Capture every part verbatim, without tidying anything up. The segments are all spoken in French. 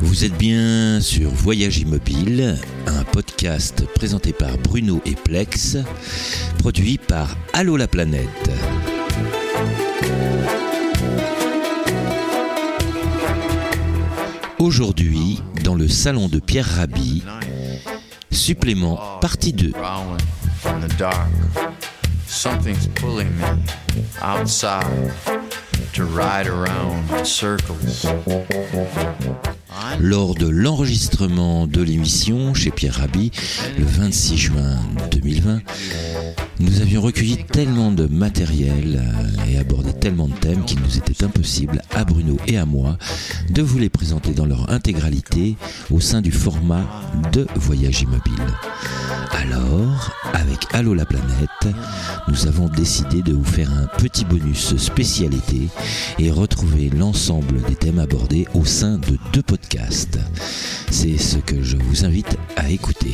Vous êtes bien sur Voyage Immobile, un podcast présenté par Bruno et Plex, produit par Allô la planète. Aujourd'hui, dans le salon de Pierre Rabhi, supplément partie deux. Something's pulling me outside to ride around in circles. Lors de l'enregistrement de l'émission chez Pierre Rabhi, le vingt-six juin deux mille vingt, nous avions recueilli tellement de matériel et abordé tellement de thèmes qu'il nous était impossible, à Bruno et à moi, de vous les présenter dans leur intégralité au sein du format de Voyage Immobile. Alors, avec Allô la planète, nous avons décidé de vous faire un petit bonus spécial été et retrouver l'ensemble des thèmes abordés au sein de deux podcasts. C'est ce que je vous invite à écouter.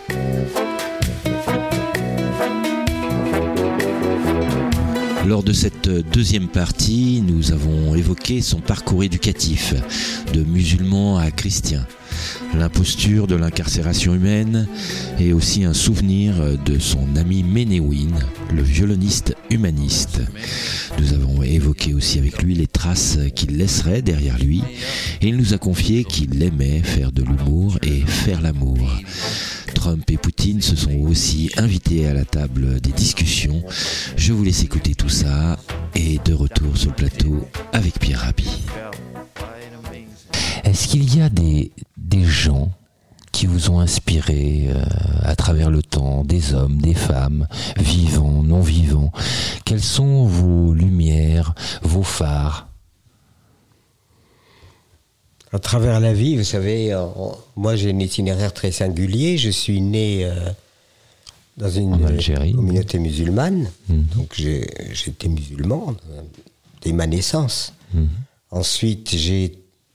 Lors de cette deuxième partie, nous avons évoqué son parcours éducatif, de musulman à chrétien, l'imposture de l'incarcération humaine et aussi un souvenir de son ami Ménéouine, le violoniste humaniste. Nous avons évoqué aussi avec lui les traces qu'il laisserait derrière lui et il nous a confié qu'il aimait faire de l'humour et faire l'amour. Trump et Poutine se sont aussi invités à la table des discussions. Je vous laisse écouter tout ça et de retour sur le plateau avec Pierre Rabhi. Est-ce qu'il y a des, des gens qui vous ont inspiré euh, à travers le temps, des hommes, des femmes, vivants, non vivants? Quelles sont vos lumières, vos phares? À travers la vie, vous savez, euh, moi j'ai un itinéraire très singulier. Je suis né euh, dans une euh, communauté musulmane, mmh. donc j'ai, j'étais musulman euh, dès ma naissance. Mmh. Ensuite, j'ai,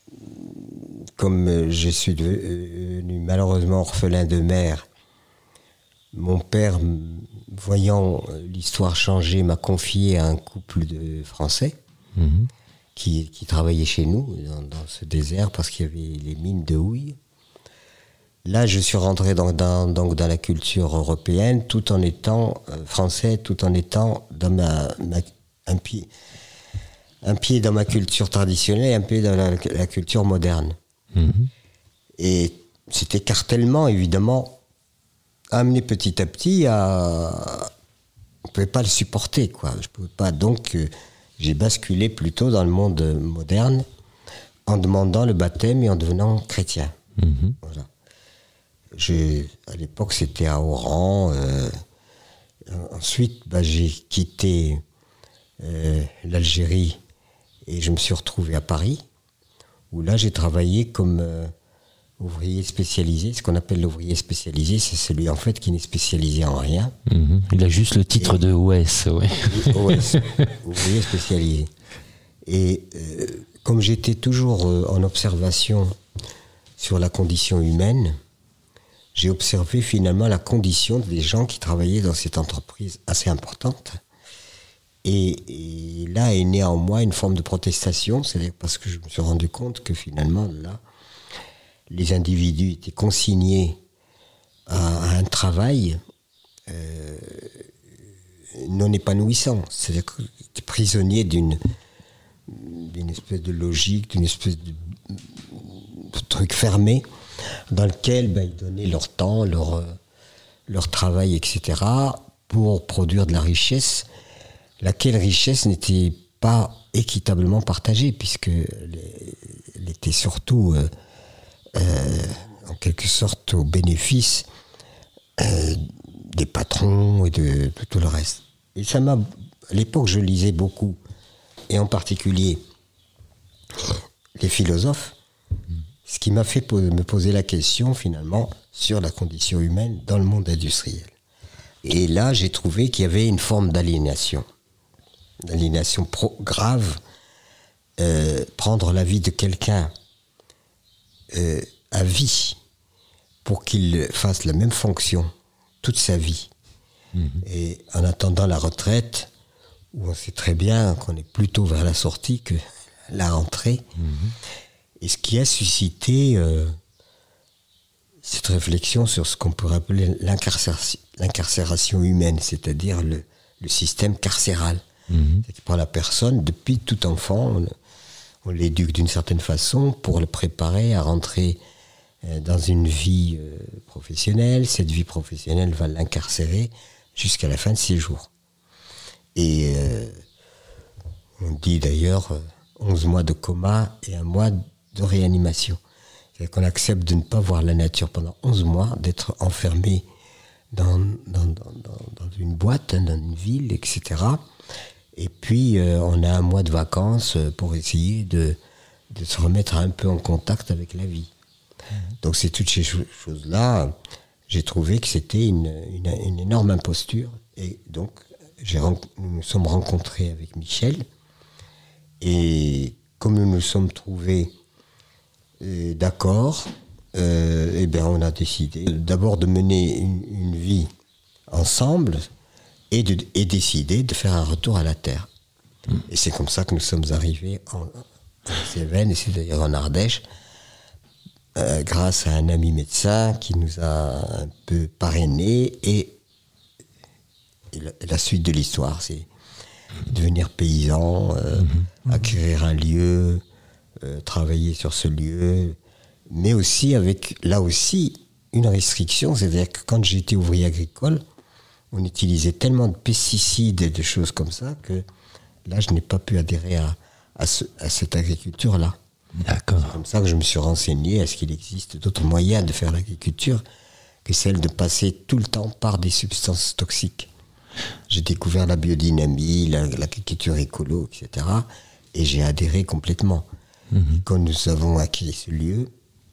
comme je suis devenu malheureusement orphelin de mère, mon père, voyant l'histoire changer, m'a confié à un couple de Français. Mmh. Qui, qui travaillait chez nous, dans, dans ce désert, parce qu'il y avait les mines de houille. Là, je suis rentré dans, dans, donc dans la culture européenne, tout en étant euh, français, tout en étant dans ma, ma, un, pied, un pied dans ma culture traditionnelle et un pied dans la, la culture moderne. Mmh. Et cet écartèlement, évidemment, a amené petit à petit à... On ne pouvait pas le supporter, quoi. Je ne pouvais pas, donc... Euh, J'ai basculé plutôt dans le monde moderne en demandant le baptême et en devenant chrétien. Mmh. Voilà. Je, à l'époque, c'était à Oran. Euh, ensuite, bah, j'ai quitté euh, l'Algérie et je me suis retrouvé à Paris, où là, j'ai travaillé comme euh, ouvrier spécialisé. Ce qu'on appelle l'ouvrier spécialisé, c'est celui en fait qui n'est spécialisé en rien. Mmh. Il a juste le titre et, de O S. Ouais. O S, ouvrier spécialisé. Et euh, comme j'étais toujours euh, en observation sur la condition humaine, j'ai observé finalement la condition des gens qui travaillaient dans cette entreprise assez importante. Et, et là est née en moi une forme de protestation, c'est-à-dire parce que je me suis rendu compte que finalement, là, les individus étaient consignés à, à un travail euh, non épanouissant. C'est-à-dire qu'ils étaient prisonniers d'une, d'une espèce de logique, d'une espèce de, de truc fermé dans lequel ben, ils donnaient leur temps, leur, leur travail, et cetera pour produire de la richesse, laquelle richesse n'était pas équitablement partagée puisqu'elle était surtout... Euh, Euh, en quelque sorte au bénéfice euh, des patrons et de, de tout le reste. Et ça m'a, à l'époque, je lisais beaucoup, et en particulier les philosophes, ce qui m'a fait po- me poser la question finalement sur la condition humaine dans le monde industriel. Et là, j'ai trouvé qu'il y avait une forme d'aliénation, d'aliénation pro- grave, euh, prendre la vie de quelqu'un Euh, à vie pour qu'il fasse la même fonction toute sa vie. Mmh. Et en attendant la retraite, où on sait très bien qu'on est plutôt vers la sortie que la rentrée, mmh. Et ce qui a suscité euh, cette réflexion sur ce qu'on pourrait appeler l'incarcération, l'incarcération humaine, c'est-à-dire le, le système carcéral. Mmh. C'est qui prend la personne, depuis tout enfant, on, on l'éduque d'une certaine façon pour le préparer à rentrer euh, dans une vie euh, professionnelle. Cette vie professionnelle va l'incarcérer jusqu'à la fin de ses jours. Et euh, on dit d'ailleurs euh, onze mois de coma et un mois de réanimation. C'est-à-dire qu'on accepte de ne pas voir la nature pendant onze mois, d'être enfermé dans, dans, dans, dans une boîte, hein, dans une ville, et cetera. Et puis, euh, on a un mois de vacances pour essayer de, de se remettre un peu en contact avec la vie. Mmh. Donc, c'est toutes ces choses-là. J'ai trouvé que c'était une, une, une énorme imposture. Et donc, j'ai, nous nous sommes rencontrés avec Michel. Et comme nous nous sommes trouvés euh, d'accord, euh, eh bien, on a décidé d'abord de mener une, une vie ensemble et, de, et décider de faire un retour à la terre. Mmh. Et c'est comme ça que nous sommes arrivés en, en Cévennes, et c'est d'ailleurs en Ardèche, euh, grâce à un ami médecin qui nous a un peu parrainés. Et, et la, la suite de l'histoire, c'est devenir paysan, euh, mmh. acquérir un lieu, euh, travailler sur ce lieu, mais aussi avec, là aussi, une restriction, c'est-à-dire que quand j'étais ouvrier agricole, on utilisait tellement de pesticides et de choses comme ça que là, je n'ai pas pu adhérer à, à, ce, à cette agriculture-là. D'accord. C'est comme ça que je me suis renseigné. Est-ce qu'il existe d'autres moyens de faire l'agriculture que celle de passer tout le temps par des substances toxiques? J'ai découvert la biodynamie, la, l'agriculture écolo, et cetera. Et j'ai adhéré complètement. Mmh. Et quand nous avons acquis ce lieu,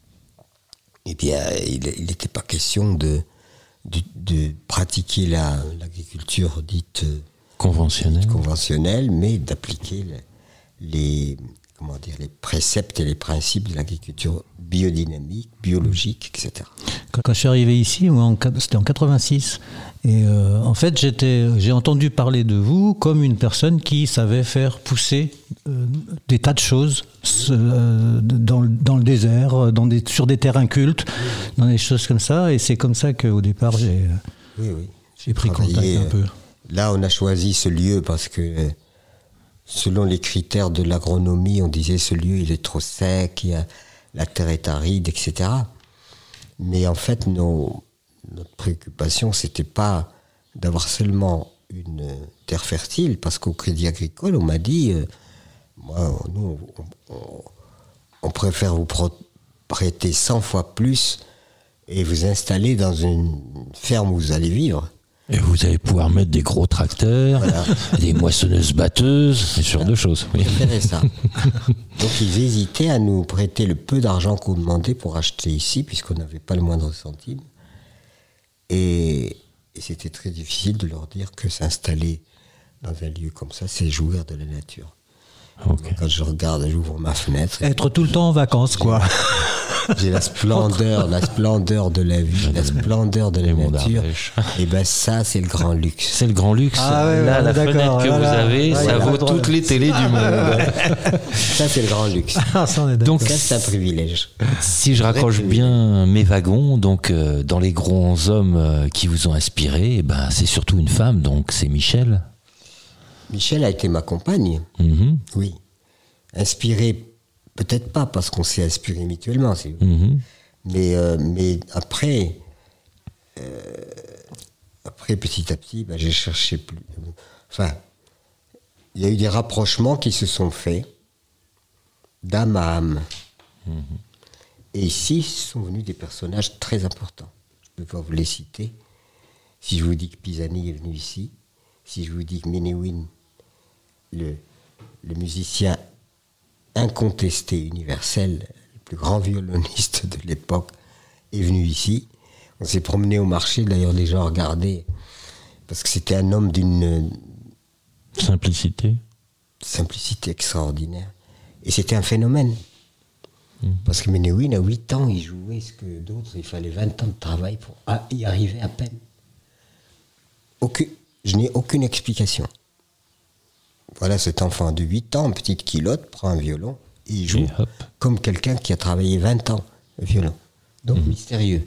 eh bien, il n'était pas question de, de, de pratiquer la, l'agriculture dite conventionnelle, dite conventionnelle, mais d'appliquer les, les, comment dire, les préceptes et les principes de l'agriculture biodynamique, biologique, et cetera. Quand, quand je suis arrivé ici, en, c'était en quatre-vingt-six, et euh, en fait, j'étais, j'ai entendu parler de vous comme une personne qui savait faire pousser euh, des tas de choses euh, dans, dans le désert, dans des, sur des terrains cultes, dans des choses comme ça, et c'est comme ça qu'au départ, j'ai, oui, oui. j'ai pris contact un peu. Là, on a choisi ce lieu parce que, selon les critères de l'agronomie, on disait ce lieu, il est trop sec, il y a, la terre est aride, et cetera. Mais en fait, nos, notre préoccupation, c'était pas d'avoir seulement une terre fertile, parce qu'au Crédit Agricole, on m'a dit, euh, moi, nous, on, on, on préfère vous prêter cent fois plus et vous installer dans une ferme où vous allez vivre. Et vous allez pouvoir mettre des gros tracteurs, voilà. Des moissonneuses-batteuses, ce genre de choses. Oui. Ça. Donc ils hésitaient à nous prêter le peu d'argent qu'on demandait pour acheter ici, puisqu'on n'avait pas le moindre centime. Et, et c'était très difficile de leur dire que s'installer dans un lieu comme ça, c'est jouir de la nature. Okay. Quand je regarde, j'ouvre ma fenêtre. Être tout le temps en vacances, quoi. J'ai la splendeur, la splendeur de la vie, la splendeur de la nature. Et ben ça, c'est le grand luxe. C'est le grand luxe. Ah ouais, là, ouais, la d'accord, fenêtre que voilà. vous avez, ouais, ça vaut droit. Toutes les télés du monde. Ça, c'est le grand luxe. Ah, ça, on est donc, ça, c'est un privilège. Si je raccroche bien mes wagons, donc euh, dans les grands hommes euh, qui vous ont inspiré, eh ben, c'est surtout une femme, donc c'est Michel. Michel a été ma compagne. Mm-hmm. Oui. Inspiré. Peut-être pas, parce qu'on s'est inspiré mutuellement. C'est... Mmh. Mais, euh, mais après, euh, après, petit à petit, bah, j'ai cherché plus. Enfin, il y a eu des rapprochements qui se sont faits d'âme à âme. Mmh. Et ici, sont venus des personnages très importants. Je ne peux pas vous les citer. Si je vous dis que Pisani est venu ici, si je vous dis que Menehould, le, le musicien incontesté, universel, le plus grand violoniste de l'époque, est venu ici. On s'est promené au marché, d'ailleurs les gens regardaient, parce que c'était un homme d'une simplicité, simplicité extraordinaire. Et c'était un phénomène. Mmh. Parce que Menehould, à huit ans, il jouait ce que d'autres, il fallait vingt ans de travail pour y arriver à peine. Aucune, je n'ai aucune explication. Voilà, cet enfant de huit ans, petite culotte, prend un violon Et il joue Et hop. comme quelqu'un qui a travaillé vingt ans le violon. Donc Mhm. mystérieux.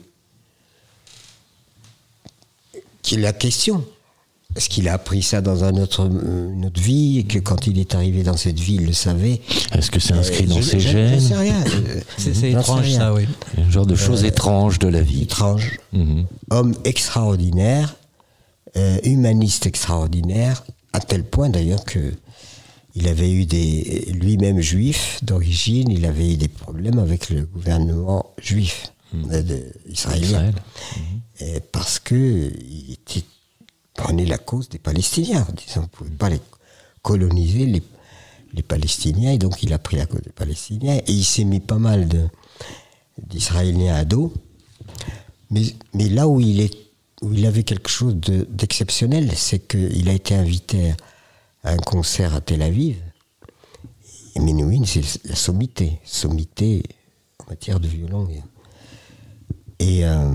Qui est la question. Est-ce qu'il a appris ça dans un autre, une autre vie et que quand il est arrivé dans cette vie, il le savait? Est-ce que c'est inscrit Euh, dans je- ses je- gènes? Je sais rien. Euh, C'est c'est j'en sais étrange rien. ça, oui. Un genre de choses étranges de la vie. Étrange. Mhm. Homme extraordinaire, euh, humaniste extraordinaire, à tel point d'ailleurs que il avait eu des, lui-même juif d'origine, il avait eu des problèmes avec le gouvernement juif euh, de- israélien. Israël. Et parce que il était, prenait la cause des Palestiniens, en disant on ne pouvait pas les coloniser les, les Palestiniens, et donc il a pris la cause des Palestiniens, et il s'est mis pas mal de, d'Israéliens à dos. Mais, mais là où il, est, où il avait quelque chose de, d'exceptionnel, c'est qu'il a été invité à un concert à Tel Aviv. Et Menuhin, c'est la sommité, sommité en matière de violon. Et euh,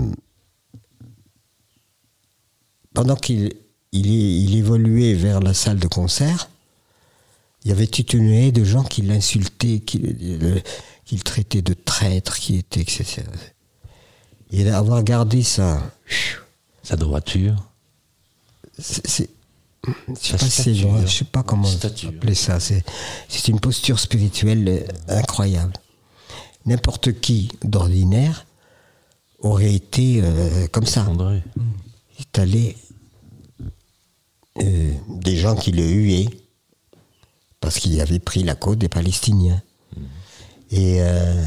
pendant qu'il il, il évoluait vers la salle de concert, il y avait toute une haie de gens qui l'insultaient, qui, le, qui le traitaient de traître, qui était, et cetera. Et d'avoir gardé ça, Sa droiture. c'est, c'est, je sais Sa pas, si c'est- stature. je sais pas comment Stature. appeler ça. C'est, c'est une posture spirituelle euh, incroyable. N'importe qui d'ordinaire aurait été euh, comme ça. André. Il est allé euh, des gens qui le huaient parce qu'il avait pris la côte des Palestiniens. Et euh,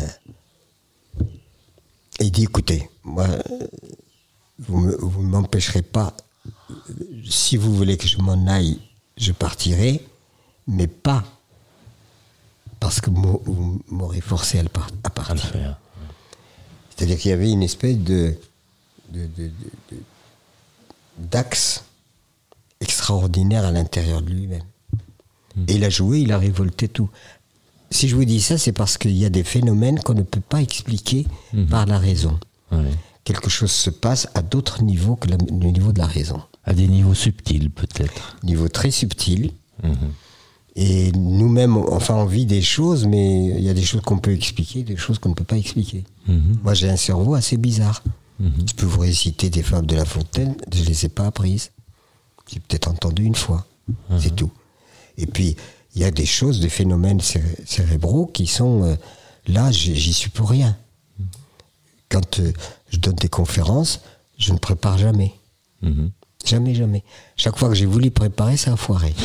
il dit, écoutez, moi, vous me- vous ne m'empêcherez pas, si vous voulez que je m'en aille, je partirai, mais pas parce que vous vous m'aurez forcé à, le par- à À le partir. faire. C'est-à-dire qu'il y avait une espèce de, de, de- de- de- d'axe extraordinaire à l'intérieur de lui-même. Et il a joué, il a révolté tout. Si je vous dis ça, c'est parce qu'il y a des phénomènes qu'on ne peut pas expliquer Mhm. par la raison. Ouais. Quelque chose se passe à d'autres niveaux que la- le niveau de la raison. À des niveaux subtils, peut-être. Niveau très subtil. Mhm. Et nous-mêmes, enfin, on vit des choses, mais il y a des choses qu'on peut expliquer, des choses qu'on ne peut pas expliquer. Mhm. Moi, j'ai un cerveau assez bizarre. Mhm. Je peux vous réciter des fables de La Fontaine, je ne les ai pas apprises. J'ai peut-être entendu une fois, c'est tout. Et puis, il y a des choses, des phénomènes céré- cérébraux qui sont... euh, là, j'y j'y suis pour rien. Quand euh, je donne des conférences, je ne prépare jamais. Mhm. Jamais, jamais. Chaque fois que j'ai voulu préparer, ça a foiré.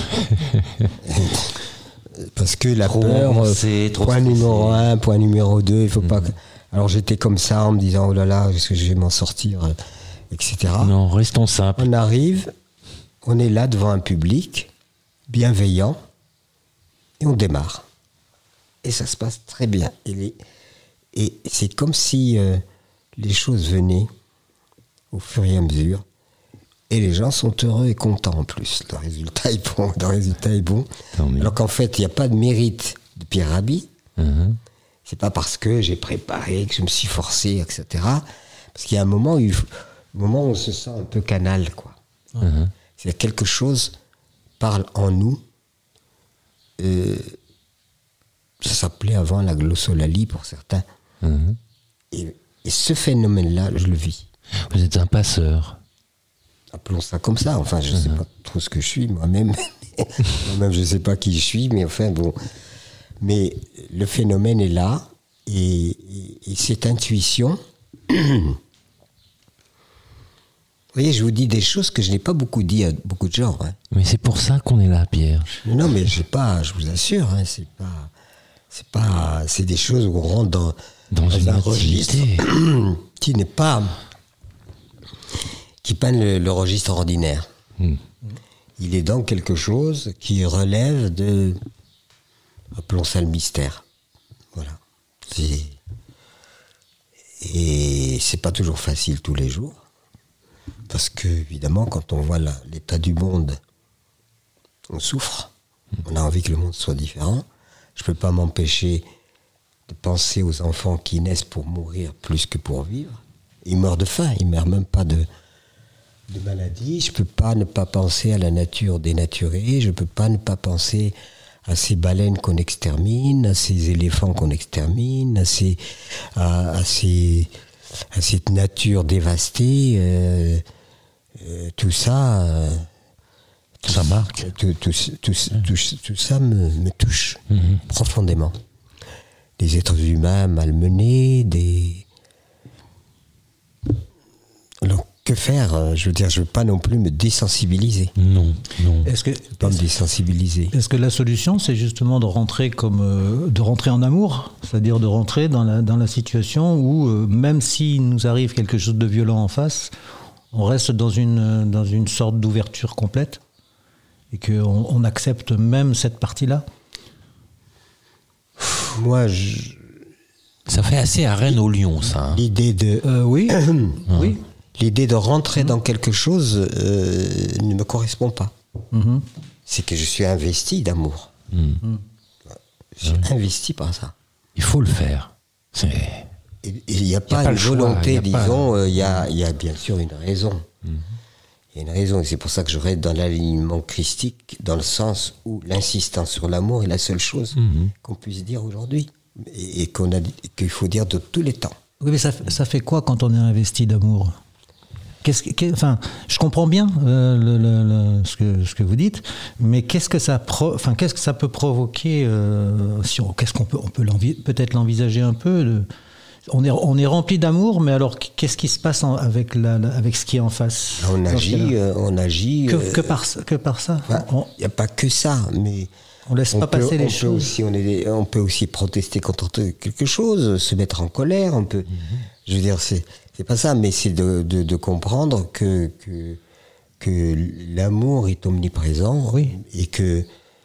Parce que la Trop peur, euh, avancé, trop point stressé. numéro un, point numéro deux, il faut pas que... Alors j'étais comme ça en me disant, oh là là, est-ce que je vais m'en sortir, euh, et cetera. Non, restons simples. On arrive, on est là devant un public bienveillant, et on démarre. Et ça se passe très bien. Et, les- et c'est comme si euh, les choses venaient au fur et à mesure. Et les gens sont heureux et contents en plus. Le résultat est bon. Le résultat est bon. Tant mieux. Alors qu'en fait, il n'y a pas de mérite de Pierre Rabhi. Mhm. C'est pas parce que j'ai préparé, que je me suis forcé, et cetera. Parce qu'il y a un moment où, il faut- un moment où on se sent un peu canal, quoi. Mhm. C'est quelque chose parle en nous. Euh, ça s'appelait avant la glossolalie pour certains. Mhm. Et, et ce phénomène-là, je le vis. Vous êtes un passeur. Appelons ça comme ça. Enfin, je ne sais pas trop ce que je suis moi-même. moi-même, je ne sais pas qui je suis, mais enfin, bon. Mais le phénomène est là. Et, et- et cette intuition... Vous voyez, je vous dis des choses que je n'ai pas beaucoup dit à beaucoup de gens. Hein. Mais c'est pour ça qu'on est là, Pierre. Non, mais j'ai pas, je vous assure, hein, c'est pas, c'est pas, c'est des choses où on rentre dans, Dans une un intimité. registre qui n'est pas, qui peint le, le registre ordinaire. Hmm. Il est dans quelque chose qui relève de, appelons ça le mystère. Voilà. C'est, et c'est pas toujours facile tous les jours. Parce que, évidemment, quand on voit la- l'état du monde, on souffre. On a envie que le monde soit différent. Je ne peux pas m'empêcher de penser aux enfants qui naissent pour mourir plus que pour vivre. Ils meurent de faim, ils ne meurent même pas de, de maladie. Je ne peux pas ne pas penser à la nature dénaturée. Je ne peux pas ne pas penser à ces baleines qu'on extermine, à ces éléphants qu'on extermine, à, ces, à, à, ces, à cette nature dévastée. Euh, euh, tout ça... Euh, Ça marque. Tout, tout, tout, tout, tout ça me, me touche mmh. profondément. Des êtres humains malmenés, des... Alors, que faire ? Je veux dire, je ne veux pas non plus me désensibiliser. Non, non. Est-ce que, pas me désensibiliser. Est-ce que la solution, c'est justement de rentrer comme euh, de rentrer en amour, c'est-à-dire de rentrer dans la dans la situation où euh, même s'il nous arrive quelque chose de violent en face, on reste dans une dans une sorte d'ouverture complète et qu'on on accepte même cette partie-là. Moi, je... ça fait assez arène au lion, ça. Hein. L'idée de euh, oui, oui. L'idée de rentrer mmh. dans quelque chose euh, ne me correspond pas. Mmh. C'est que je suis investi d'amour. Mmh. Je suis mmh. investi par ça. Il faut le faire. Il n'y a pas a une pas volonté, choix, disons, il y, euh, y, y a bien sûr une raison. Il mmh. y a une raison, et c'est pour ça que je reste dans l'alignement christique, dans le sens où l'insistance sur l'amour est la seule chose mmh. qu'on puisse dire aujourd'hui, et, et qu'on a, qu'il faut dire de tous les temps. Oui, mais ça, ça fait quoi quand on est investi d'amour ? Qu'est-ce que, enfin, je comprends bien euh, le, le, le, ce, que, ce que vous dites, mais qu'est-ce que ça, pro, enfin, qu'est-ce que ça peut provoquer euh, si on, qu'est-ce qu'on peut, on peut l'envi, peut-être l'envisager un peu. De, on est, on est rempli d'amour, mais alors qu'est-ce qui se passe en, avec, la, la, avec ce qui est en face ? On agit, euh, on agit. Que, euh, que par, que par ça. Il n'y a pas que ça, mais. On laisse on pas peut, passer les on choses. Peut aussi, on, est, on peut aussi protester contre quelque chose, se mettre en colère. On peut. Mm-hmm. Je veux dire, c'est. C'est pas ça, mais c'est de, de, de comprendre que, que, que l'amour est omniprésent oui. et, que,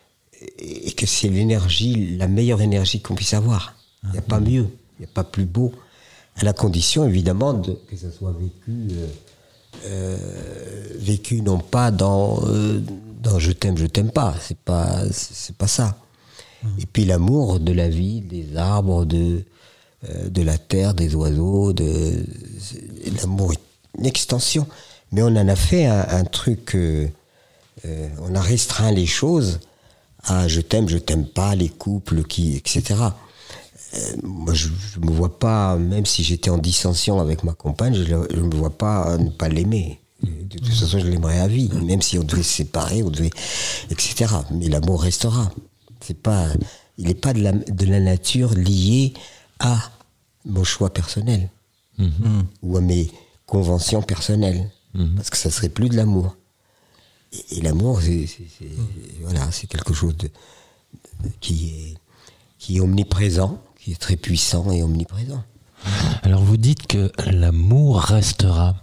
et que c'est l'énergie, la meilleure énergie qu'on puisse avoir. Il n'y a pas mieux, il n'y a pas plus beau, à la condition évidemment de, que ça soit vécu, euh, euh, vécu non pas dans, euh, dans je t'aime, je t'aime pas, c'est pas, c'est pas ça. Mmh. Et puis l'amour de la vie, des arbres, de... de la terre, des oiseaux, de, de l'amour est une extension. Mais on en a fait un, un truc, euh, euh, on a restreint les choses à je t'aime, je t'aime pas, les couples, qui, et cetera. Euh, moi, je ne me vois pas, même si j'étais en dissension avec ma compagne, je ne me vois pas ne pas l'aimer. De toute façon, je l'aimerais à vie, même si on devait se séparer, on devait, et cetera. Mais l'amour restera. C'est pas, il n'est pas de la, de la nature liée à mon choix personnel mmh. ou à mes conventions personnelles mmh. parce que ça serait plus de l'amour et, et l'amour c'est, c'est, c'est, mmh. voilà, c'est quelque chose de, de, qui, est, qui est omniprésent, qui est très puissant et omniprésent. Alors vous dites que l'amour restera.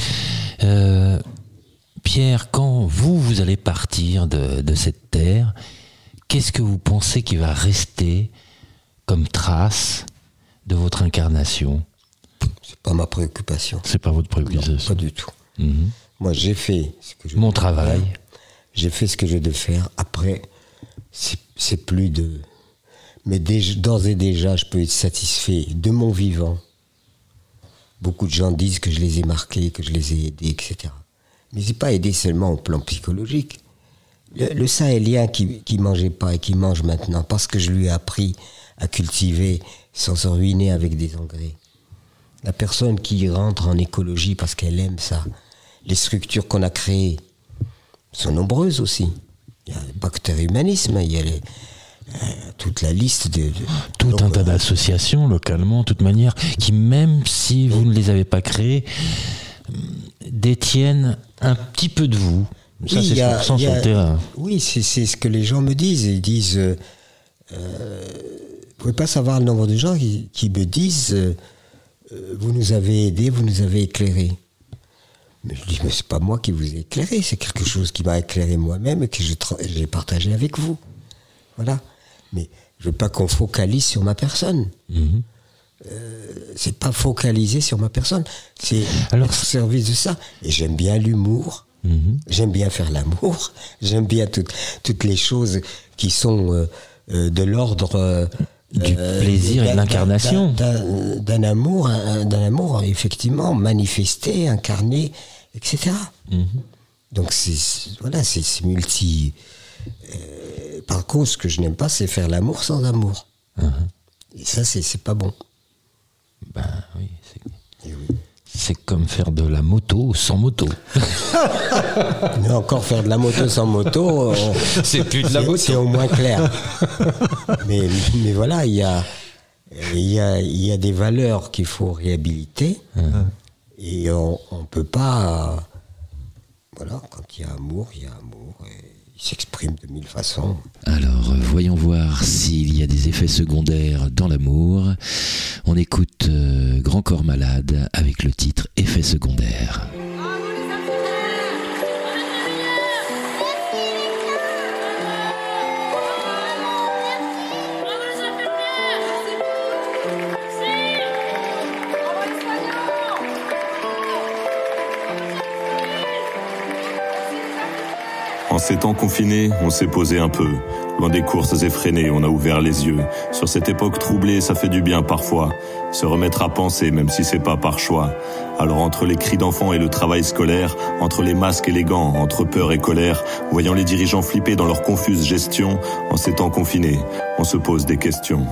euh, Pierre, quand vous vous allez partir de, de cette terre, qu'est-ce que vous pensez qui va rester comme trace de votre incarnation? C'est pas ma préoccupation. C'est pas votre préoccupation? Non, pas du tout. Mmh. Moi, j'ai fait ce que je mon travail. Faire. J'ai fait ce que je devais faire. Après, c'est, c'est plus de. Mais déjà, d'ores et déjà, je peux être satisfait de mon vivant. Beaucoup de gens disent que je les ai marqués, que je les ai aidés, et cetera. Mais je n'ai pas aidé seulement au plan psychologique. Le, le Sahélien qui qui mangeait pas et qui mange maintenant, parce que je lui ai appris à cultiver sans se ruiner avec des engrais. La personne qui rentre en écologie parce qu'elle aime ça. Les structures qu'on a créées sont nombreuses aussi. Il y a le Bactère Humanisme, il y a les, euh, toute la liste de... de tout donc, un tas euh, d'associations localement, de toute manière, qui même si vous ne les avez pas créées, détiennent un petit peu de vous. Ça, oui, c'est a, cent pour cent sur le terrain. Oui, c'est, c'est ce que les gens me disent. Ils disent... Euh, euh, vous ne pouvez pas savoir le nombre de gens qui, qui me disent euh, euh, vous nous avez aidés, vous nous avez éclairés. Mais je dis, mais c'est pas moi qui vous ai éclairé, c'est quelque chose qui m'a éclairé moi-même et que je tra- j'ai partagé avec vous. Voilà. Mais je veux pas qu'on focalise sur ma personne. Mmh. Euh, c'est pas focaliser sur ma personne, c'est Alors, être au service de ça. Et j'aime bien l'humour, mmh. j'aime bien faire l'amour, j'aime bien tout, toutes les choses qui sont euh, euh, de l'ordre... Euh, du euh, plaisir et de l'incarnation. D'un, d'un, d'un amour, un, d'un amour effectivement manifesté, incarné, et cetera. Mm-hmm. Donc c'est, c'est voilà, c'est, c'est multi, euh, parce par contre, ce que je n'aime pas, c'est faire l'amour sans amour. Uh-huh. Et ça, c'est, c'est pas bon. Ben oui, c'est... Et oui. C'est comme faire de la moto sans moto. Mais encore faire de la moto sans moto, on... c'est plus de la c'est, moto. c'est au moins clair. mais, mais voilà, il y a, il y, a, il y a des valeurs qu'il faut réhabiliter. Hum. Et on ne peut pas... Voilà, quand il y a amour, il y a amour. Et il s'exprime de mille façons. Alors, voyons voir s'il y a des effets secondaires dans l'amour. On écoute euh, Grand Corps Malade avec le titre « Effets secondaires ». En ces temps confinés, on s'est posé un peu. Loin des courses effrénées, on a ouvert les yeux. Sur cette époque troublée, ça fait du bien parfois. Se remettre à penser, même si c'est pas par choix. Alors entre les cris d'enfants et le travail scolaire, entre les masques et les gants, entre peur et colère, voyant les dirigeants flipper dans leur confuse gestion, en ces temps confinés, on se pose des questions.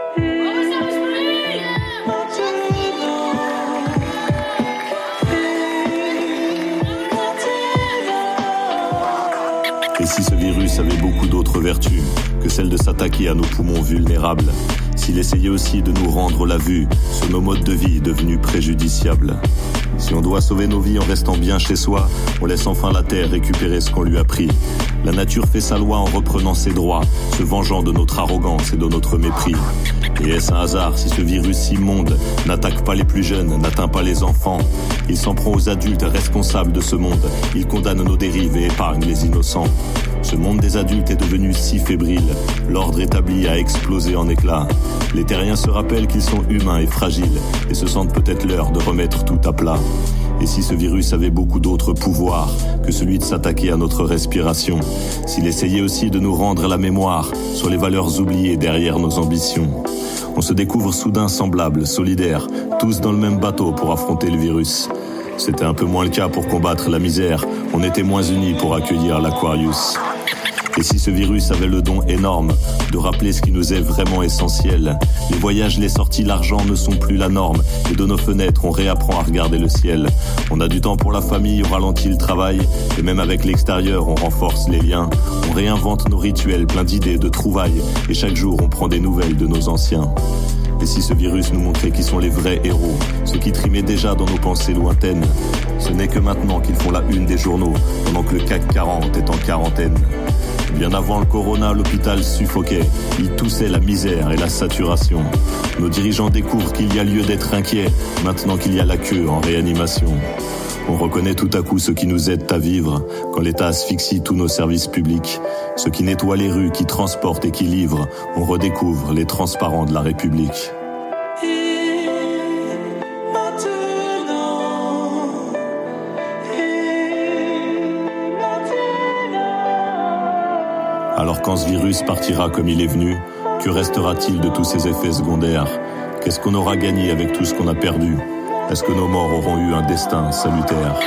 Et si ce virus avait beaucoup d'autres vertus que celle de s'attaquer à nos poumons vulnérables, s'il essayait aussi de nous rendre la vue sur nos modes de vie devenus préjudiciables, si on doit sauver nos vies en restant bien chez soi, on laisse enfin la terre récupérer ce qu'on lui a pris. La nature fait sa loi en reprenant ses droits, se vengeant de notre arrogance et de notre mépris. Et est-ce un hasard si ce virus immonde n'attaque pas les plus jeunes, n'atteint pas les enfants? Il s'en prend aux adultes responsables de ce monde. Il condamne nos dérives et épargne les innocents. Ce monde des adultes est devenu si fébrile. L'ordre établi a explosé en éclats. Les terriens se rappellent qu'ils sont humains et fragiles et se sentent peut-être l'heure de remettre tout à plat. Et si ce virus avait beaucoup d'autres pouvoirs que celui de s'attaquer à notre respiration, s'il essayait aussi de nous rendre la mémoire sur les valeurs oubliées derrière nos ambitions, on se découvre soudain semblables, solidaires, tous dans le même bateau pour affronter le virus. C'était un peu moins le cas pour combattre la misère, on était moins unis pour accueillir l'Aquarius. Et si ce virus avait le don énorme de rappeler ce qui nous est vraiment essentiel, les voyages, les sorties, l'argent ne sont plus la norme. Et de nos fenêtres, on réapprend à regarder le ciel. On a du temps pour la famille, on ralentit le travail. Et même avec l'extérieur, on renforce les liens. On réinvente nos rituels, plein d'idées, de trouvailles. Et chaque jour, on prend des nouvelles de nos anciens. Et si ce virus nous montrait qui sont les vrais héros, ceux qui trimaient déjà dans nos pensées lointaines, ce n'est que maintenant qu'ils font la une des journaux, pendant que le C A C quarante est en quarantaine. Bien avant le corona, l'hôpital suffoquait. Il toussait la misère et la saturation. Nos dirigeants découvrent qu'il y a lieu d'être inquiets, maintenant qu'il y a la queue en réanimation. On reconnaît tout à coup ceux qui nous aident à vivre, quand l'État asphyxie tous nos services publics. Ceux qui nettoient les rues, qui transportent et qui livrent. On redécouvre les transparents de la République. Alors quand ce virus partira comme il est venu, que restera-t-il de tous ces effets secondaires? Qu'est-ce qu'on aura gagné avec tout ce qu'on a perdu? Est-ce que nos morts auront eu un destin salutaire?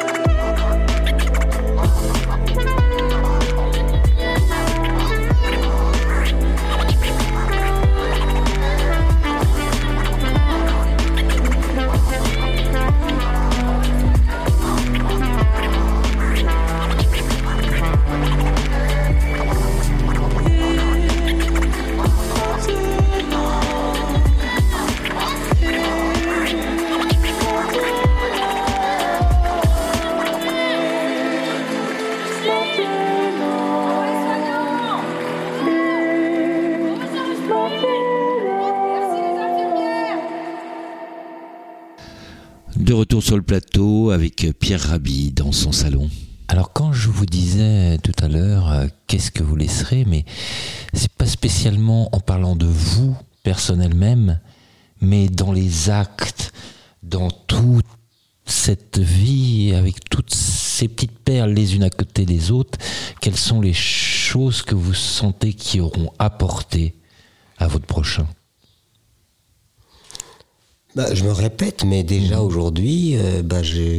De retour sur le plateau avec Pierre Rabhi dans son salon. Alors quand je vous disais tout à l'heure, euh, qu'est-ce que vous laisserez, mais c'est pas spécialement en parlant de vous, personnel même, mais dans les actes, dans toute cette vie, avec toutes ces petites perles les unes à côté des autres, quelles sont les choses que vous sentez qui auront apporté à votre prochain? Bah, je me répète, mais déjà aujourd'hui, euh, bah, j'ai,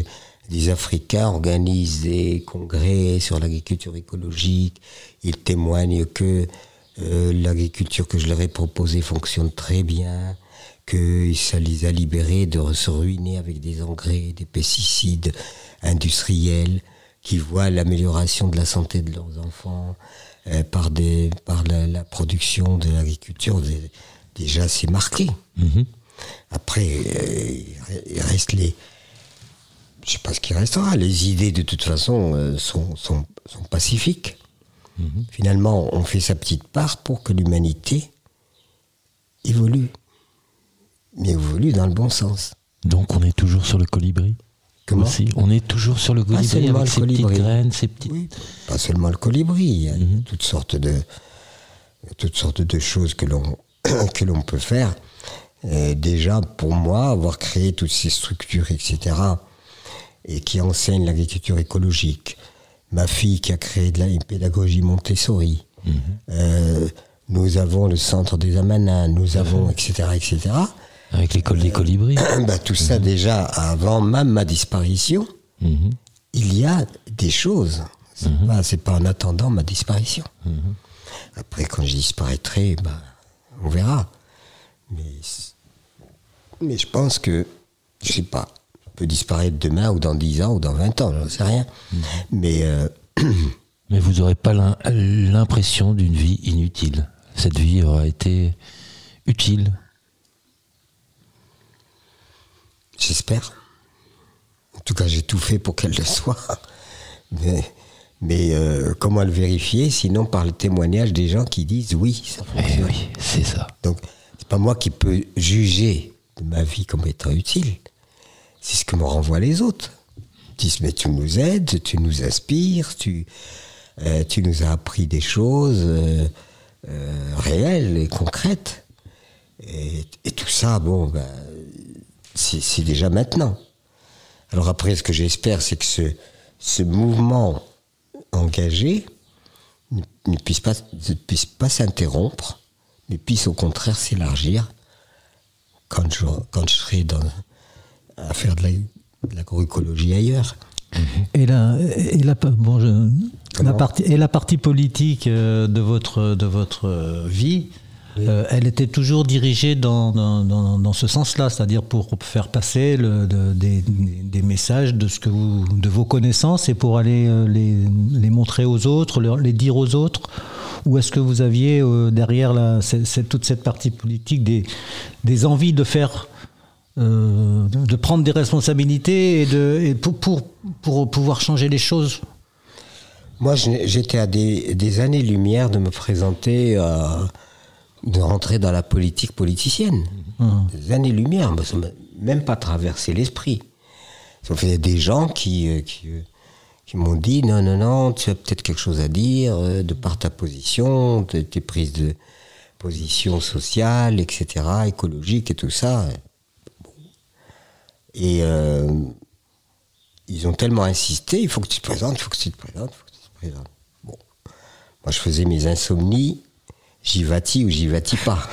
des Africains organisent des congrès sur l'agriculture écologique. Ils témoignent que euh, l'agriculture que je leur ai proposée fonctionne très bien, que ça les a libérés de se ruiner avec des engrais, des pesticides industriels, qu'ils voient l'amélioration de la santé de leurs enfants euh, par, des, par la, la production de l'agriculture. Des, déjà, c'est marqué. Mmh. Après, euh, il reste les... Je ne sais pas ce qui restera. Les idées, de toute façon, euh, sont, sont, sont pacifiques. Mmh. Finalement, on fait sa petite part pour que l'humanité évolue. Mais évolue dans le bon sens. Donc on est toujours sur le colibri. Comment aussi. On est toujours sur le colibri avec ses colibri. petites graines, ses petites... Oui, pas seulement le colibri. Il y a mmh. toutes sortes de, toutes sortes de choses que l'on, que l'on peut faire. Et déjà, pour moi, avoir créé toutes ces structures, et cetera, et qui enseignent l'agriculture écologique, ma fille qui a créé de la pédagogie Montessori, mmh. euh, nous avons le centre des Amanins, nous mmh. avons, et cetera, et cetera. Avec l'école des colibris. Bah, tout ça, mmh. déjà, avant même ma disparition, mmh. il y a des choses. C'est, mmh. pas, c'est pas en attendant ma disparition. Mmh. Après, quand je disparaîtrai, bah, on verra. Mais, mais je pense que, je sais pas, je peux disparaître demain, ou dans dix ans, ou dans vingt ans, j'en sais rien. Mmh. Mais, euh, mais vous n'aurez pas l'impression d'une vie inutile. Cette vie aura été utile. J'espère. En tout cas, j'ai tout fait pour qu'elle le soit. Mais, mais euh, comment le vérifier, sinon par le témoignage des gens qui disent oui, ça fonctionne. Eh oui, c'est ça. Donc, c'est pas moi qui peux juger de ma vie comme étant utile. C'est ce que me renvoient les autres. Ils disent, mais tu nous aides, tu nous inspires, tu, euh, tu nous as appris des choses euh, euh, réelles et concrètes. Et, et tout ça, bon, ben... C'est, c'est déjà maintenant. Alors après, ce que j'espère, c'est que ce, ce mouvement engagé ne, ne, puisse pas, ne puisse pas s'interrompre, mais puisse au contraire s'élargir quand je, quand je serai dans, à faire de, la, de l'agroécologie ailleurs. Et la, et la, bon, je, la, partie, et la partie politique de votre, de votre vie, oui. euh, elle était toujours dirigée dans, dans, dans, dans ce sens-là, c'est-à-dire pour faire passer le, de, des, des messages de, ce que vous, de vos connaissances et pour aller les, les montrer aux autres, les dire aux autres. Ou est-ce que vous aviez euh, derrière la, c'est, c'est, toute cette partie politique des, des envies de faire, euh, de prendre des responsabilités et, de, et pour, pour, pour pouvoir changer les choses? Moi, j'étais à des, des années-lumière de me présenter, euh, de rentrer dans la politique politicienne. Mmh. Des années-lumière, ça m'a même pas traversé l'esprit. Ça fait des gens qui... qui qui m'ont dit non, non, non, tu as peut-être quelque chose à dire euh, de par ta position, tes, tes prises de position sociale, et cetera, écologique et tout ça. Bon. Et euh, ils ont tellement insisté, il faut que tu te présentes, il faut que tu te présentes, il faut que tu te présentes. Bon. Moi, je faisais mes insomnies, j'y vas-tu ou j'y vas-tu pas.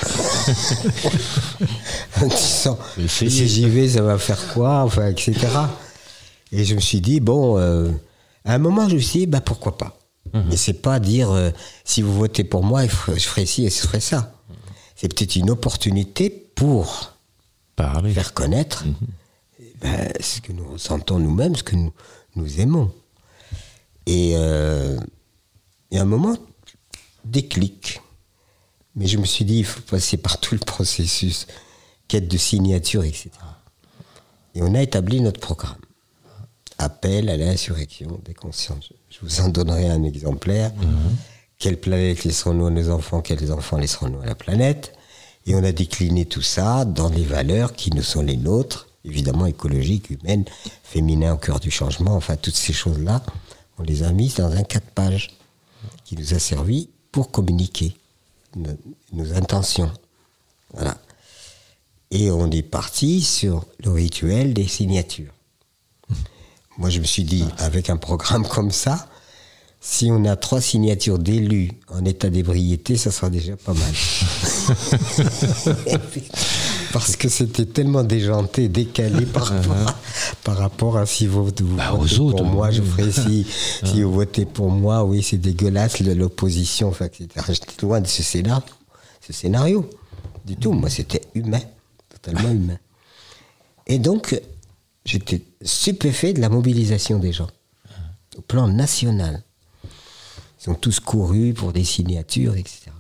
En disant, si j'y vais, ça va faire quoi, enfin, et cetera. Et je me suis dit, bon... Euh, à un moment, je me suis dit, bah, pourquoi pas. Mmh. Mais c'est pas dire, euh, si vous votez pour moi, je ferai ci et je ferai ça. Mmh. C'est peut-être une opportunité pour Parler. faire connaître mmh. ben, ce que nous ressentons nous-mêmes, ce que nous, nous aimons. Et, euh, et à un moment, déclic. Mais je me suis dit, il faut passer par tout le processus, quête de signature, et cetera. Et on a établi notre programme. Appel à l'insurrection des consciences. Je vous en donnerai un exemplaire. Mmh. Quelle planète laisserons-nous à nos enfants? Quels enfants laisserons-nous à la planète? Et on a décliné tout ça dans les valeurs qui nous sont les nôtres, évidemment écologiques, humaines, féminins au cœur du changement, enfin toutes ces choses-là, on les a mises dans un quatre pages qui nous a servi pour communiquer nos, nos intentions. Voilà. Et on est parti sur le rituel des signatures. Moi, je me suis dit, avec un programme comme ça, si on a trois signatures d'élus en état d'ébriété, ça sera déjà pas mal. parce que c'était tellement déjanté, décalé par rapport à, par rapport à si vous, vous bah, votez aux autres, pour moi, oui. je ferai si, si vous votez pour moi, oui, c'est dégueulasse, l'opposition, enfin, et cetera. J'étais loin de ce scénario, ce scénario, du tout. Moi, c'était humain, totalement humain. Et donc, j'étais stupéfait de la mobilisation des gens, au plan national. Ils ont tous couru pour des signatures, et cetera.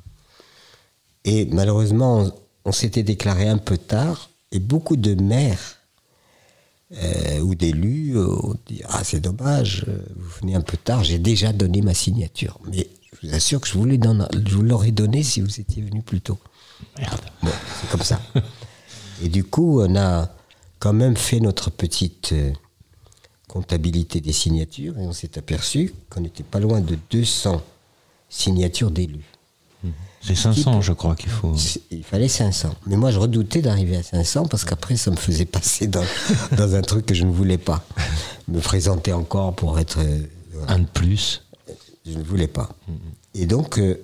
Et malheureusement, on, on s'était déclaré un peu tard, et beaucoup de maires euh, ou d'élus euh, ont dit « Ah, c'est dommage, vous venez un peu tard, j'ai déjà donné ma signature. » Mais je vous assure que je vous, l'ai donné, je vous l'aurais donné si vous étiez venu plus tôt. Merde. Bon, c'est comme ça. Et du coup, on a quand même fait notre petite euh, comptabilité des signatures, et on s'est aperçu qu'on n'était pas loin de deux cents signatures d'élus. C'est cinq cents, je crois qu'il faut. Il fallait cinq cents. Mais moi, je redoutais d'arriver à cinq cents parce qu'après, ça me faisait passer dans, dans un truc que je ne voulais pas. Me présenter encore pour être... Euh, Un de plus. Je ne voulais pas. Et donc, euh,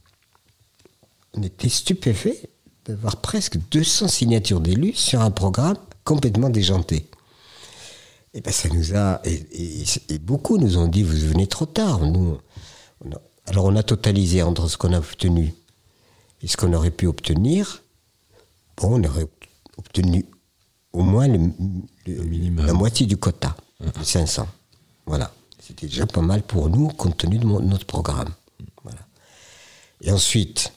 on était stupéfaits d'avoir presque deux cents signatures d'élus sur un programme complètement déjanté. Et ben, ça nous a... Et, et, et beaucoup nous ont dit, vous venez trop tard. Nous, on a, alors, on a totalisé entre ce qu'on a obtenu et ce qu'on aurait pu obtenir. Bon, on aurait obtenu au moins le, le, minimum. la moitié du quota, de cinq cents. Voilà. C'était déjà pas mal pour nous, compte tenu de mon, notre programme. Voilà. Et ensuite,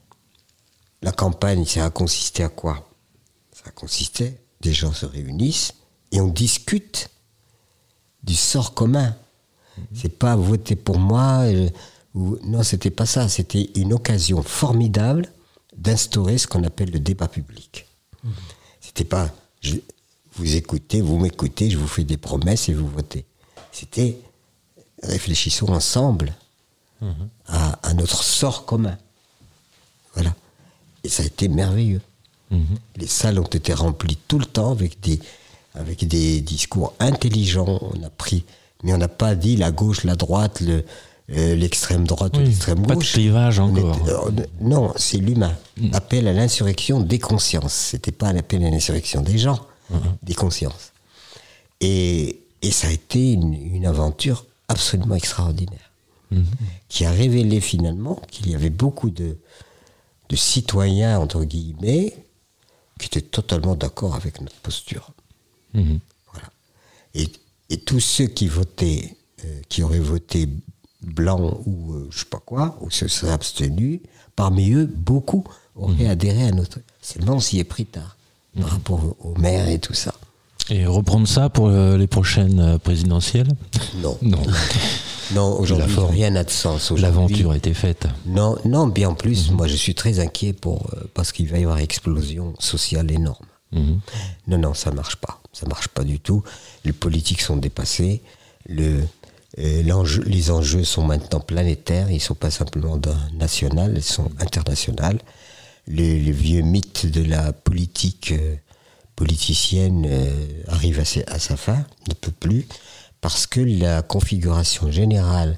la campagne, ça a consisté à quoi? Ça a consisté, des gens se réunissent et on discute du sort commun. Mm-hmm. C'est pas voter pour moi... Euh, Ou, non, c'était pas ça. C'était une occasion formidable d'instaurer ce qu'on appelle le débat public. Mmh. C'était pas je, vous écoutez, vous m'écoutez, je vous fais des promesses et vous votez. C'était réfléchissons ensemble mmh. à, à notre sort commun. Voilà. Et ça a été merveilleux. Mmh. Les salles ont été remplies tout le temps avec des, avec des discours intelligents. On a pris, mais on n'a pas dit la gauche, la droite, le Euh, l'extrême droite oui, ou l'extrême gauche. Pas de clivage encore. Était, euh, non, c'est l'humain. Mmh. Appel à l'insurrection des consciences. C'était pas un appel à l'insurrection des gens, mmh. des consciences. Et, et ça a été une, une aventure absolument extraordinaire, mmh. qui a révélé finalement qu'il y avait beaucoup de, de citoyens, entre guillemets, qui étaient totalement d'accord avec notre posture. Mmh. Voilà. Et, et tous ceux qui votaient, euh, qui auraient voté blanc ou euh, je sais pas quoi, ou se seraient abstenus, parmi eux, beaucoup auraient mmh. adhéré à notre... Seulement, on s'y est pris tard, mmh. par rapport aux maires et tout ça. Et reprendre ça pour euh, les prochaines présidentielles? Non. Non. Non, aujourd'hui, rien n'a de sens. L'aventure a été faite. Non, non, bien en plus, mmh. moi, je suis très inquiet pour, euh, parce qu'il va y avoir une explosion sociale énorme. Mmh. Non, non, ça marche pas. Ça marche pas du tout. Les politiques sont dépassés. Le... L'enjeu, les enjeux sont maintenant planétaires, ils ne sont pas simplement nationaux, ils sont internationaux. Les, les vieux mythes de la politique euh, politicienne euh, arrivent à, ses, à sa fin, ne peut plus, parce que la configuration générale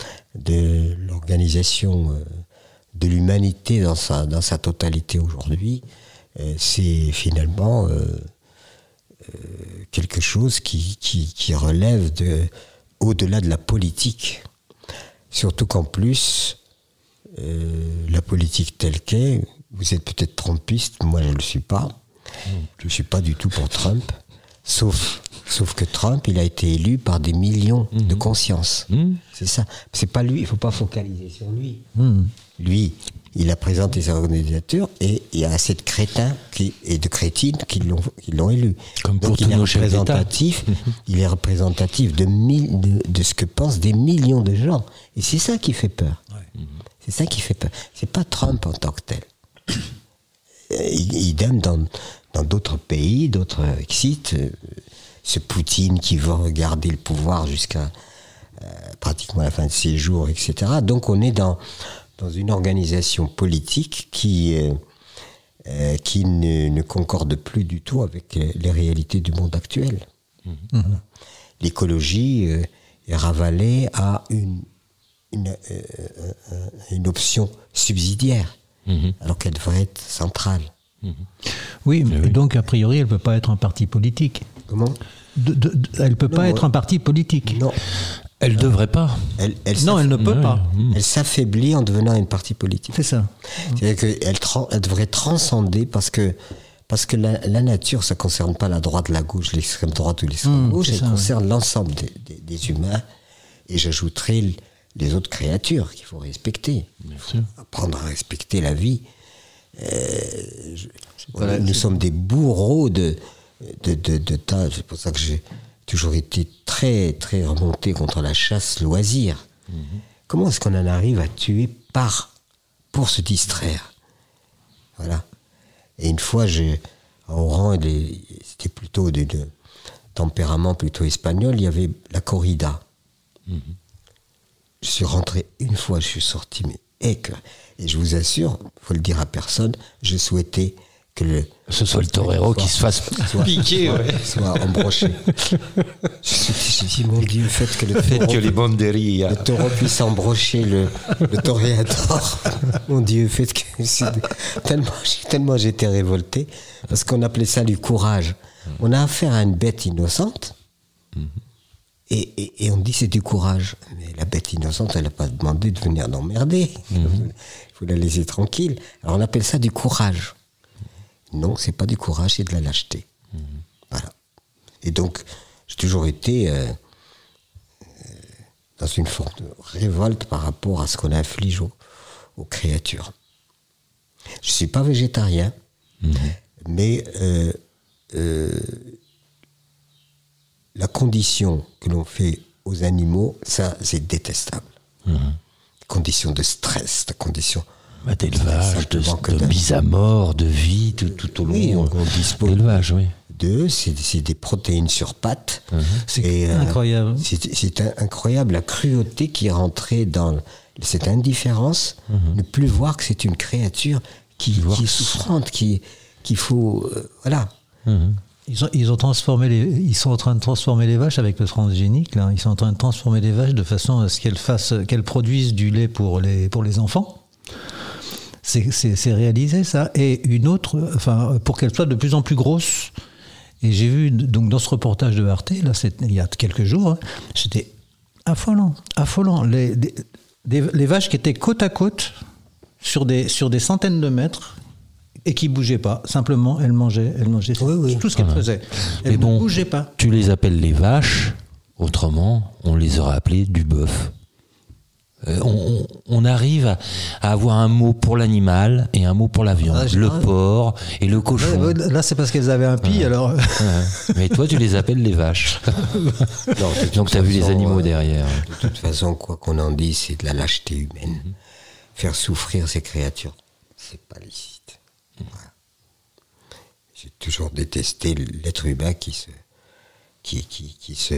de l'organisation euh, de l'humanité dans sa, dans sa totalité aujourd'hui, euh, c'est finalement euh, euh, quelque chose qui, qui, qui relève de... au-delà de la politique. Surtout qu'en plus, euh, la politique telle qu'est, vous êtes peut-être trumpiste, moi je ne le suis pas. Je ne suis pas du tout pour Trump. Sauf, sauf que Trump, il a été élu par des millions mmh. de consciences. Mmh. C'est ça. C'est pas lui, il ne faut pas focaliser sur lui. Mmh. Lui, il a présenté sa candidature et il y a assez de crétins qui, et de crétines qui l'ont, qui l'ont élu. Comme pour Donc tous il est nos chefs représentatif, il est représentatif de, mille, de, de ce que pensent des millions de gens. Et c'est ça qui fait peur. Ouais. C'est ça qui fait peur. C'est pas Trump en tant que tel. Idem dans, dans d'autres pays, d'autres sites. Ce Poutine qui veut regarder le pouvoir jusqu'à euh, pratiquement la fin de ses jours, et cetera. Donc on est dans, dans une organisation politique qui, euh, euh, qui ne, ne concorde plus du tout avec les, les réalités du monde actuel. Mmh. Voilà. L'écologie euh, est ravalée à une, une, euh, une option subsidiaire, mmh. alors qu'elle devrait être centrale. Oui, mais donc a priori, elle ne peut pas être un parti politique. Comment de, de, de, Elle ne peut non, pas ouais. être un parti politique. Non. Elle ne devrait pas. Elle, elle non, elle ne peut ouais. pas. Elle s'affaiblit en devenant un parti politique. C'est ça. C'est-à-dire qu'elle tra- elle devrait transcender parce que, parce que la, la nature, ça ne concerne pas la droite, la gauche, l'extrême droite ou l'extrême Mmh, gauche, c'est elle ça, concerne ouais. l'ensemble des, des, des humains. Et j'ajouterai les autres créatures qu'il faut respecter. Bien sûr. Apprendre à respecter la vie. Euh, je, on, la, nous c'est... sommes des bourreaux de, de, de, de tas. C'est pour ça que j'ai toujours été très, très remonté contre la chasse loisir. Mmh. Comment est-ce qu'on en arrive à tuer par, pour se distraire? Voilà. Et une fois, j'ai, à Oran, les, c'était plutôt de, de tempérament plutôt espagnol, il y avait la corrida. Mmh. Je suis rentré une fois, je suis sorti, mais et, que, et je vous assure, il faut le dire à personne, je souhaitais que le, ce soit le torero soit, qui se fasse soit, piquer, soit, ouais. soit embroché. J'ai dit, mon Dieu, faites que le Faites taureau, que les banderillas. le taureau puisse embrocher le, le toréador. Mon Dieu, faites que... C'est, tellement, tellement j'étais révolté, parce qu'on appelait ça du courage. On a affaire à une bête innocente, mm-hmm. et, et, et on dit c'est du courage. Mais la bête innocente, elle n'a pas demandé de venir l'emmerder. Il mm-hmm. faut la laisser tranquille. Alors on appelle ça du courage. Non, c'est pas du courage, c'est de la lâcheté. Mmh. Voilà. Et donc, j'ai toujours été euh, euh, dans une forme de révolte par rapport à ce qu'on inflige aux, aux créatures. Je suis pas végétarien, mmh. mais euh, euh, la condition que l'on fait aux animaux, ça, c'est détestable. Mmh. Condition de stress, la condition... Bah, d'élevage, de, de mise à mort, de vie, tout, tout au long oui, on, on dispose d'élevage, oui. D'eux, c'est, c'est des protéines sur pattes. Uh-huh. C'est et, incroyable. Euh, c'est, c'est un, incroyable la cruauté qui est rentrée dans cette indifférence, uh-huh. ne plus voir que c'est une créature qui, qui est souffrante, qui, qu'il faut... Euh, voilà. Uh-huh. Ils ont, ils ont transformé les, ils sont en train de transformer les vaches avec le transgénique, là. Ils sont en train de transformer les vaches de façon à ce qu'elles fassent, qu'elles produisent du lait pour les, pour les enfants. C'est, c'est, c'est réalisé ça, et une autre, enfin, pour qu'elle soit de plus en plus grosse. Et j'ai vu donc dans ce reportage de Arte, là, c'est, il y a quelques jours, hein, c'était affolant, affolant. Les, des, des, les vaches qui étaient côte à côte sur des sur des centaines de mètres et qui bougeaient pas. Simplement, elles mangeaient, elles mangeaient oui, oui. tout ce qu'elles ah, faisaient. Elles Mais ne bon, bougeaient pas. Tu les appelles les vaches, autrement, on les aurait appelées du bœuf. Euh, on, on arrive à, à avoir un mot pour l'animal et un mot pour la viande. Ah, le ah, porc et le cochon. Ouais, là, c'est parce qu'elles avaient un pis, ouais. alors. Ouais. Mais toi, tu les appelles les vaches. Non, donc, tu as vu les animaux euh, derrière. De toute façon, quoi qu'on en dise, c'est de la lâcheté humaine. Mm-hmm. Faire souffrir ces créatures, c'est pas licite. Mm-hmm. Voilà. J'ai toujours détesté l'être humain qui se. qui, qui, qui se.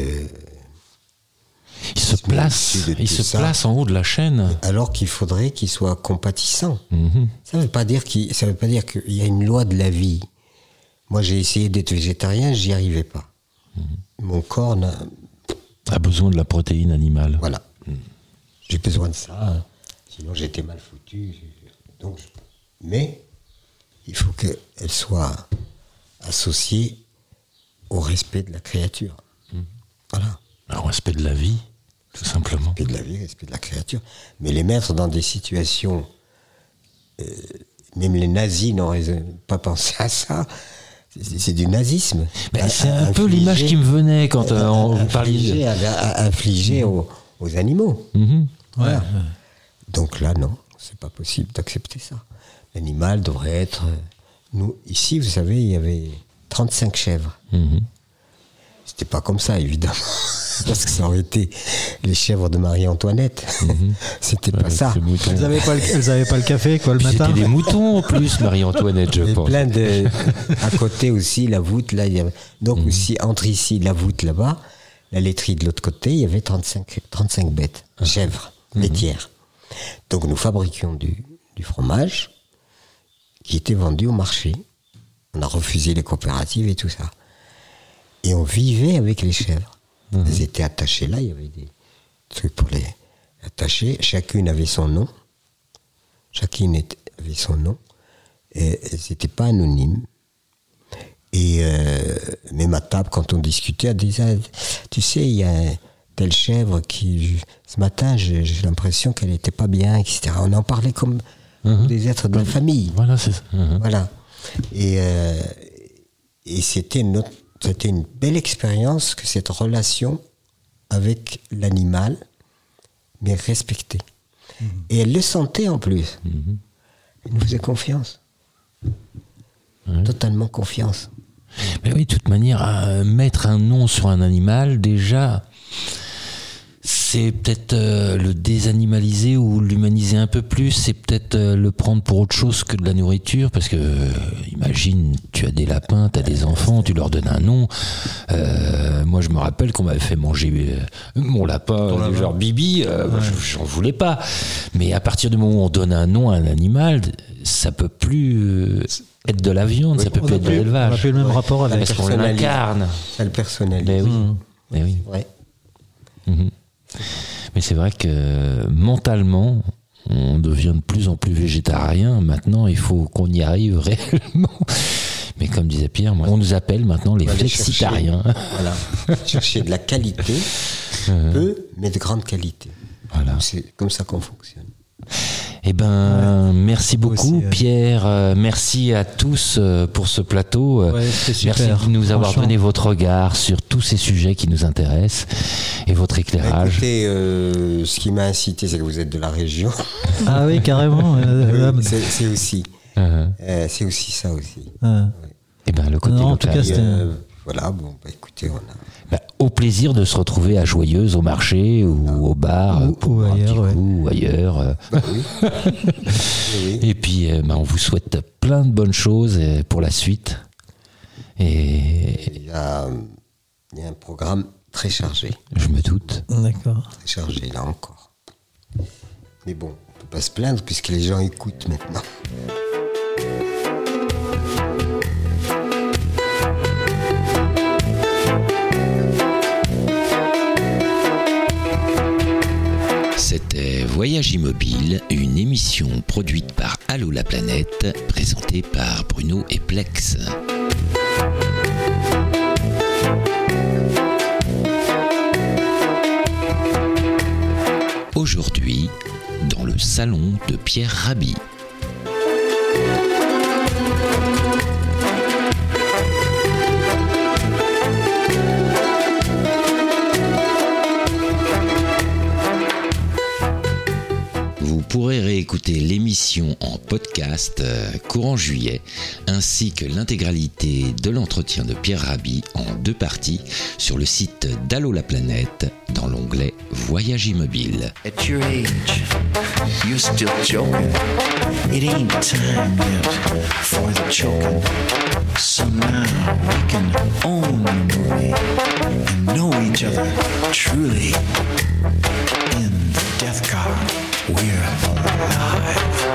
Il se place, il se ça, place en haut de la chaîne. Alors qu'il faudrait qu'il soit compatissant. Mmh. Ça ne veut pas dire qu'il, ça veut pas dire qu'il y a une loi de la vie. Moi, j'ai essayé d'être végétarien, j'y arrivais pas. Mmh. Mon corps n'a... a besoin de la protéine animale. Voilà. Mmh. J'ai besoin de ça. Sinon, j'étais mal foutu. Donc, mais il faut qu'elle soit associée au respect de la créature. Mmh. Voilà. Un respect de la vie, tout simplement. Respect de la vie, respect de la créature. Mais les mettre dans des situations, euh, même les nazis n'auraient pas pensé à ça. C'est, c'est du nazisme. Ben, c'est un peu l'image qui me venait quand euh, on vous parliez. Infligé mmh. aux, aux animaux. Mmh. Voilà. Ouais. Donc là, non, c'est pas possible d'accepter ça. L'animal devrait être... Nous, ici, vous savez, il y avait trente-cinq chèvres. Mmh. C'était pas comme ça, évidemment, parce que ça aurait été les chèvres de Marie-Antoinette. Mmh. C'était ouais, pas ça. Elles n'avaient pas, le, pas le café, quoi, le Puis matin. C'était des moutons en plus, Marie-Antoinette, je et pense. Plein de. À côté aussi, la voûte, là, il y avait. Donc mmh. aussi, entre ici, la voûte là-bas, la laiterie de l'autre côté, il y avait trente-cinq, trente-cinq bêtes, ah. chèvres, mmh. laitières. Donc nous fabriquions du, du fromage qui était vendu au marché. On a refusé les coopératives et tout ça. Et on vivait avec les chèvres. Mmh. Elles étaient attachées là, il y avait des trucs pour les attacher. Chacune avait son nom. Chacune avait son nom. Et, elles n'étaient pas anonymes. Et euh, même à table, quand on discutait, elle disait, tu sais, il y a telle chèvre qui, ce matin, j'ai, j'ai l'impression qu'elle n'était pas bien, et cetera. On en parlait comme mmh. des êtres de la famille. Voilà, c'est ça. Mmh. Voilà. Et, euh, et c'était, notre, c'était une belle expérience que cette relation avec l'animal, mais respectée. Mmh. Et elle le sentait en plus. Mmh. Elle nous faisait confiance. Mmh. Totalement confiance. Mais oui, de toute manière, euh, mettre un nom sur un animal, déjà, c'est peut-être euh, le désanimaliser ou l'humaniser un peu plus, c'est peut-être euh, le prendre pour autre chose que de la nourriture, parce que, euh, imagine, tu as des lapins, tu as des enfants, tu leur donnes un nom. Euh, moi, je me rappelle qu'on m'avait fait manger euh, mon lapin, euh, genre Bibi, euh, ouais. J'en voulais pas. Mais à partir du moment où on donne un nom à un animal, ça peut plus... Euh, être de la viande, oui, ça peut plus être de l'élevage. On a plus le même ouais. rapport avec parce qu'on l'incarne. Ça le personnalise. Mais oui. Mmh. Mais, oui. Ouais. Mmh. Mais c'est vrai que mentalement, on devient de plus en plus végétarien. Maintenant, il faut qu'on y arrive réellement. Mais comme disait Pierre, moi, on nous appelle maintenant les flexitariens. Voilà. Chercher de la qualité, mmh. peu, mais de grande qualité. Voilà. C'est comme ça qu'on fonctionne. Eh ben, ouais. merci beaucoup, aussi, Pierre. Euh, merci à tous euh, pour ce plateau. Ouais, merci de nous avoir donné votre regard sur tous ces sujets qui nous intéressent et votre éclairage. Écoutez, euh, ce qui m'a incité, c'est que vous êtes de la région. Ah oui, carrément. Euh, oui, c'est, c'est aussi, uh-huh. euh, c'est aussi ça aussi. Uh-huh. Ouais. Eh ben, le côté non, local. En tout cas, c'était... Euh, voilà, bon, bah, écoutez, on a. Bah, au plaisir de se retrouver à Joyeuse, au marché ou ah. au bar, ou, pour ou un ailleurs, petit ouais. coup, ou ailleurs. Bah, oui. oui. Et puis, euh, bah, on vous souhaite plein de bonnes choses pour la suite. Et il y a, il y a un programme très chargé. Je me doute. D'accord. Très chargé, là encore. Mais bon, on peut pas se plaindre puisque les gens écoutent maintenant. C'était Voyage Immobile, une émission produite par Allô la planète, présentée par Bruno et Plex. Aujourd'hui, dans le salon de Pierre Rabhi. Vous pourrez réécouter l'émission en podcast euh, courant juillet, ainsi que l'intégralité de l'entretien de Pierre Rabhi en deux parties sur le site d'Allô la planète dans l'onglet Voyage Immobile. At your age, you're still joking. It ain't time yet for the choking. So now we can own the movie and know each other truly. In the death car, we're alive.